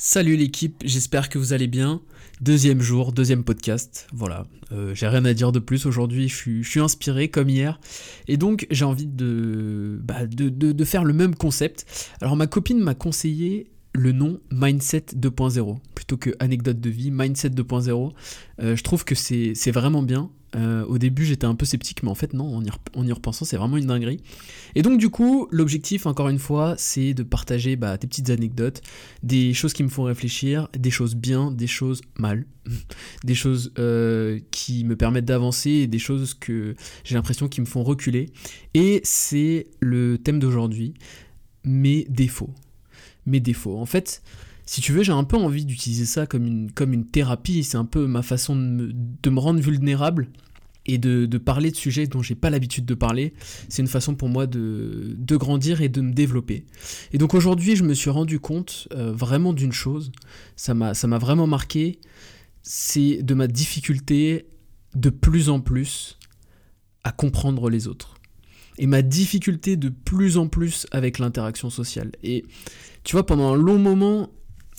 Salut l'équipe, j'espère que vous allez bien. Deuxième jour, deuxième podcast, voilà. J'ai rien à dire de plus aujourd'hui, je suis inspiré comme hier. Et donc j'ai envie de faire le même concept. Alors ma copine m'a conseillé le nom Mindset 2.0 plutôt que anecdote de vie, Mindset 2.0. Je trouve que c'est vraiment bien. Au début j'étais un peu sceptique, mais en fait non, en y repensant c'est vraiment une dinguerie. Et donc du coup l'objectif encore une fois c'est de partager des petites anecdotes, des choses qui me font réfléchir, des choses bien, des choses mal, des choses qui me permettent d'avancer et des choses que j'ai l'impression qui me font reculer. Et c'est le thème d'aujourd'hui, mes défauts. Mes défauts. En fait, si tu veux, j'ai un peu envie d'utiliser ça comme une thérapie. C'est un peu ma façon de me rendre vulnérable et de parler de sujets dont j'ai pas l'habitude de parler. C'est une façon pour moi de grandir et de me développer. Et donc aujourd'hui, je me suis rendu compte vraiment d'une chose. Ça m'a vraiment marqué. C'est de ma difficulté de plus en plus à comprendre les autres. Et ma difficulté de plus en plus avec l'interaction sociale. Et tu vois, pendant un long moment,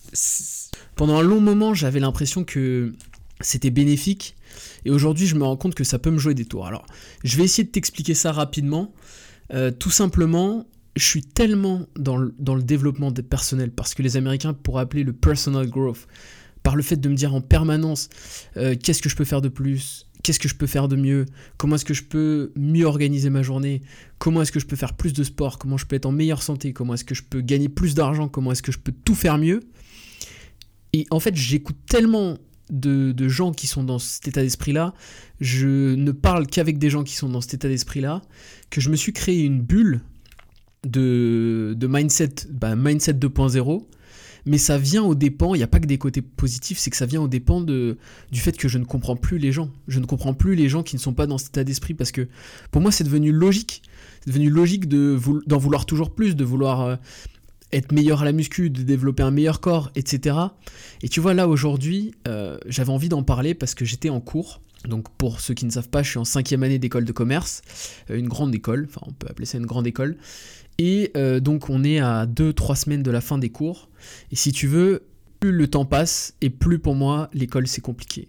j'avais l'impression que c'était bénéfique. Et aujourd'hui, je me rends compte que ça peut me jouer des tours. Alors, je vais essayer de t'expliquer ça rapidement. Tout simplement, je suis tellement dans le développement personnel, parce que les Américains pourraient appeler le personal growth, par le fait de me dire en permanence qu'est-ce que je peux faire de plus, qu'est-ce que je peux faire de mieux, comment est-ce que je peux mieux organiser ma journée, comment est-ce que je peux faire plus de sport, comment je peux être en meilleure santé, comment est-ce que je peux gagner plus d'argent, comment est-ce que je peux tout faire mieux. Et en fait, j'écoute tellement de gens qui sont dans cet état d'esprit-là, je ne parle qu'avec des gens qui sont dans cet état d'esprit-là, que je me suis créé une bulle de mindset 2.0. Mais ça vient aux dépens, il n'y a pas que des côtés positifs, c'est que ça vient aux dépens du fait que je ne comprends plus les gens. Je ne comprends plus les gens qui ne sont pas dans cet état d'esprit, parce que pour moi c'est devenu logique. C'est devenu logique d'en vouloir toujours plus, de vouloir être meilleur à la muscu, de développer un meilleur corps, etc. Et tu vois là aujourd'hui, j'avais envie d'en parler parce que j'étais en cours. Donc pour ceux qui ne savent pas, je suis en 5e année d'école de commerce, une grande école, enfin on peut appeler ça une grande école. Et donc on est à 2-3 semaines de la fin des cours. Et si tu veux, plus le temps passe et plus pour moi l'école c'est compliqué.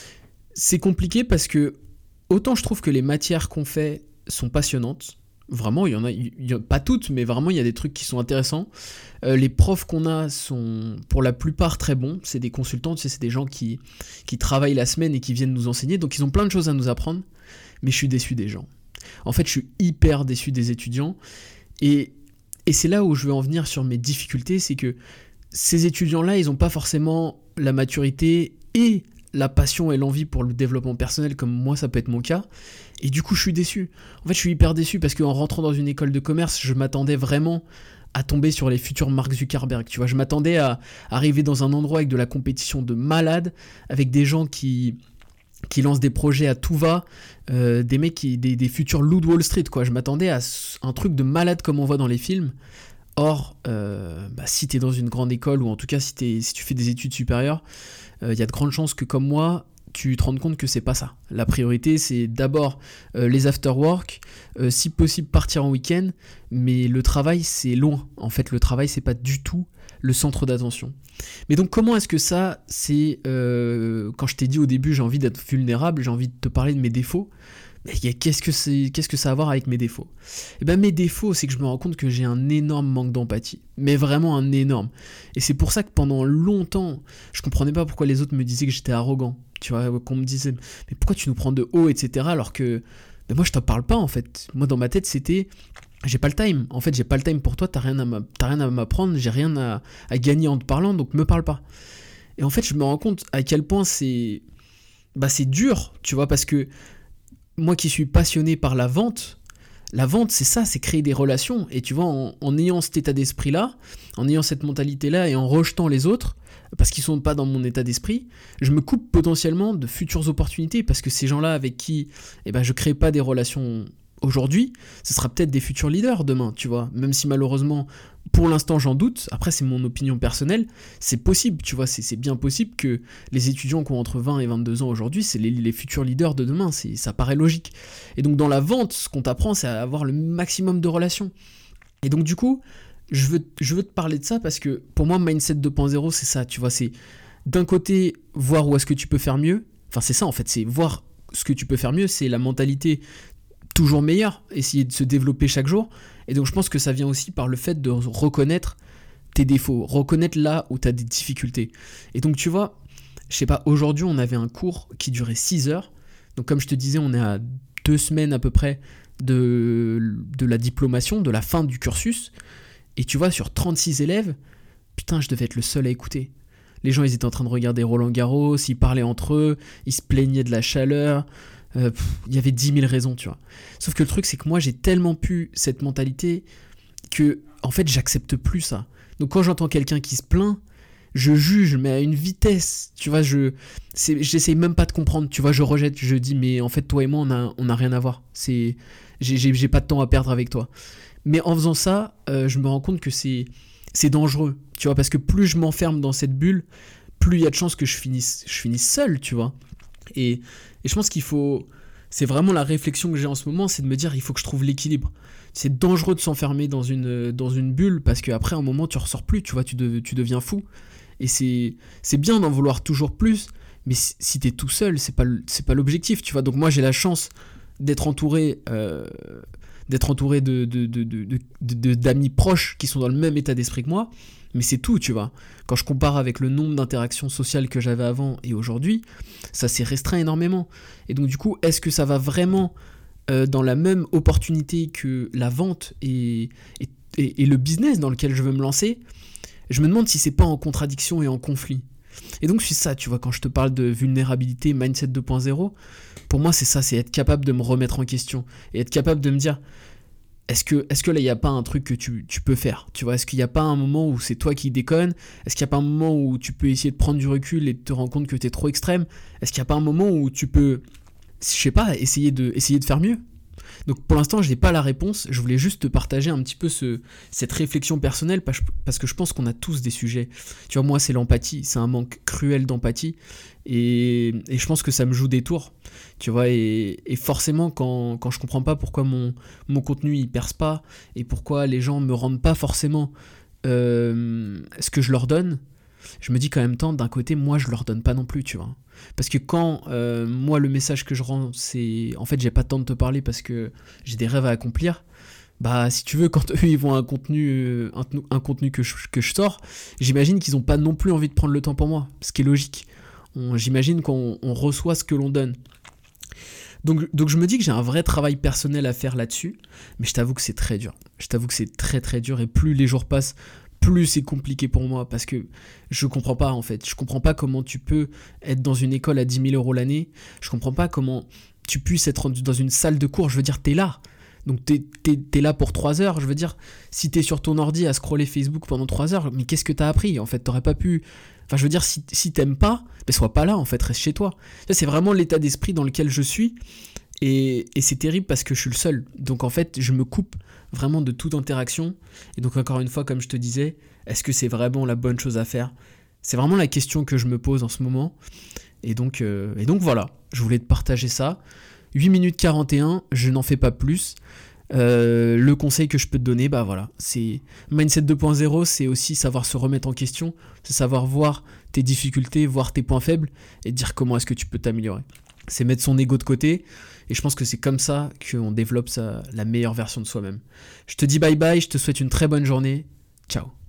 C'est compliqué parce que autant je trouve que les matières qu'on fait sont passionnantes. Vraiment, il y en a pas toutes, mais vraiment il y a des trucs qui sont intéressants. Les profs qu'on a sont pour la plupart très bons. C'est des consultants, tu sais, c'est des gens qui travaillent la semaine et qui viennent nous enseigner. Donc ils ont plein de choses à nous apprendre. Mais je suis déçu des gens. En fait, je suis hyper déçu des étudiants. Et c'est là où je veux en venir sur mes difficultés, c'est que ces étudiants-là, ils n'ont pas forcément la maturité et la passion et l'envie pour le développement personnel, comme moi ça peut être mon cas. Et du coup, je suis déçu. En fait, je suis hyper déçu parce qu'en rentrant dans une école de commerce, je m'attendais vraiment à tomber sur les futurs Mark Zuckerberg. Tu vois, je m'attendais à arriver dans un endroit avec de la compétition de malade, avec des gens qui lancent des projets à tout va, des mecs des futurs loups de Wall Street, quoi. Je m'attendais à un truc de malade comme on voit dans les films. Or, si t'es dans une grande école, ou en tout cas si tu fais des études supérieures, il y a de grandes chances que comme moi, tu te rendes compte que c'est pas ça. La priorité, c'est d'abord les after-work, si possible partir en week-end, mais le travail, c'est loin. En fait, le travail, c'est pas du tout le centre d'attention. Mais donc comment est-ce que ça, c'est... quand je t'ai dit au début, j'ai envie d'être vulnérable, j'ai envie de te parler de mes défauts, mais qu'est-ce que ça a à voir avec mes défauts ? Eh bien mes défauts, c'est que je me rends compte que j'ai un énorme manque d'empathie. Mais vraiment un énorme. Et c'est pour ça que pendant longtemps, je comprenais pas pourquoi les autres me disaient que j'étais arrogant. Tu vois, qu'on me disait, mais pourquoi tu nous prends de haut, etc. Alors que moi je t'en parle pas en fait. Moi dans ma tête c'était... J'ai pas le time. En fait, j'ai pas le time pour toi, t'as rien à m'apprendre, j'ai rien à gagner en te parlant, donc me parle pas. Et en fait, je me rends compte à quel point c'est dur, tu vois, parce que moi qui suis passionné par la vente c'est ça, c'est créer des relations. Et tu vois, en ayant cet état d'esprit-là, en ayant cette mentalité-là et en rejetant les autres, parce qu'ils sont pas dans mon état d'esprit, je me coupe potentiellement de futures opportunités, parce que ces gens-là avec qui je crée pas des relations aujourd'hui, ce sera peut-être des futurs leaders demain, tu vois, même si malheureusement, pour l'instant j'en doute, après c'est mon opinion personnelle, c'est possible, tu vois, c'est bien possible que les étudiants qui ont entre 20 et 22 ans aujourd'hui, c'est les futurs leaders de demain, ça paraît logique. Et donc dans la vente, ce qu'on t'apprend, c'est à avoir le maximum de relations. Et donc du coup, je veux te parler de ça parce que pour moi, Mindset 2.0, c'est ça, tu vois, c'est d'un côté, voir où est-ce que tu peux faire mieux. Enfin, c'est ça en fait, c'est voir ce que tu peux faire mieux, c'est la mentalité toujours meilleure, essayer de se développer chaque jour. Et donc, je pense que ça vient aussi par le fait de reconnaître tes défauts, reconnaître là où tu as des difficultés. Et donc, tu vois, je sais pas, aujourd'hui, on avait un cours qui durait 6 heures. Donc, comme je te disais, on est à 2 semaines à peu près de la diplomation, de la fin du cursus. Et tu vois, sur 36 élèves, putain, je devais être le seul à écouter. Les gens, ils étaient en train de regarder Roland-Garros, ils parlaient entre eux, ils se plaignaient de la chaleur. Il y avait 10 000 raisons, tu vois. Sauf que le truc, c'est que moi, j'ai tellement pu cette mentalité que, en fait, j'accepte plus ça. Donc, quand j'entends quelqu'un qui se plaint, je juge, mais à une vitesse, tu vois, j'essaye même pas de comprendre, tu vois, je rejette, je dis, mais en fait, toi et moi, on a rien à voir. J'ai pas de temps à perdre avec toi. Mais en faisant ça, je me rends compte que c'est dangereux, tu vois, parce que plus je m'enferme dans cette bulle, plus il y a de chances que je finisse seul, tu vois. Et je pense qu'il faut... C'est vraiment la réflexion que j'ai en ce moment, c'est de me dire, il faut que je trouve l'équilibre. C'est dangereux de s'enfermer dans une bulle, parce qu'après, à un moment, tu ressors plus, tu vois, tu deviens fou. Et c'est bien d'en vouloir toujours plus, mais si t'es tout seul, c'est pas l'objectif, tu vois. Donc moi, j'ai la chance d'être entouré d'amis proches qui sont dans le même état d'esprit que moi, mais c'est tout, tu vois. Quand je compare avec le nombre d'interactions sociales que j'avais avant et aujourd'hui, ça s'est restreint énormément. Et donc du coup, est-ce que ça va vraiment dans la même opportunité que la vente et le business dans lequel je veux me lancer? Je me demande si c'est pas en contradiction et en conflit. Et donc c'est ça, tu vois, quand je te parle de vulnérabilité, mindset 2.0, pour moi c'est ça, c'est être capable de me remettre en question et être capable de me dire, est-ce que là il n'y a pas un truc que tu peux faire, tu vois, est-ce qu'il n'y a pas un moment où c'est toi qui déconnes, est-ce qu'il n'y a pas un moment où tu peux essayer de prendre du recul et de te rendre compte que tu es trop extrême, est-ce qu'il n'y a pas un moment où tu peux, je sais pas, essayer de faire mieux. Donc pour l'instant, je n'ai pas la réponse, je voulais juste te partager un petit peu cette réflexion personnelle parce que je pense qu'on a tous des sujets. Tu vois, moi, c'est l'empathie, c'est un manque cruel d'empathie et je pense que ça me joue des tours. Tu vois, et forcément, quand je comprends pas pourquoi mon contenu il perce pas et pourquoi les gens me rendent pas forcément ce que je leur donne, je me dis qu'en même temps, d'un côté, moi, je leur donne pas non plus, tu vois. Parce que quand moi, le message que je rends, c'est en fait, j'ai pas le temps de te parler parce que j'ai des rêves à accomplir. Bah, si tu veux, quand eux, ils voient un contenu que je sors, j'imagine qu'ils ont pas non plus envie de prendre le temps pour moi, ce qui est logique. J'imagine qu'on reçoit ce que l'on donne. Donc je me dis que j'ai un vrai travail personnel à faire là-dessus, mais je t'avoue que c'est très dur. Je t'avoue que c'est très très dur et plus les jours passent, plus c'est compliqué pour moi parce que je comprends pas en fait. Je comprends pas comment tu peux être dans une école à 10 000 euros l'année. Je comprends pas comment tu puisses être dans une salle de cours. Je veux dire, t'es là. Donc t'es là pour 3 heures. Je veux dire, si t'es sur ton ordi à scroller Facebook pendant 3 heures, mais qu'est-ce que t'as appris en fait? T'aurais pas pu... Enfin, je veux dire, si t'aimes pas, ben sois pas là en fait, reste chez toi. Ça, c'est vraiment l'état d'esprit dans lequel je suis. Et c'est terrible parce que je suis le seul. Donc en fait, je me coupe vraiment de toute interaction. Et donc encore une fois, comme je te disais, est-ce que c'est vraiment la bonne chose à faire? C'est vraiment la question que je me pose en ce moment. Et donc voilà, je voulais te partager ça. 8 minutes 41, je n'en fais pas plus. Le conseil que je peux te donner, bah voilà, c'est Mindset 2.0, c'est aussi savoir se remettre en question, c'est savoir voir tes difficultés, voir tes points faibles et dire comment est-ce que tu peux t'améliorer. C'est mettre son ego de côté et je pense que c'est comme ça qu'on développe la meilleure version de soi-même. Je te dis bye bye, je te souhaite une très bonne journée. Ciao.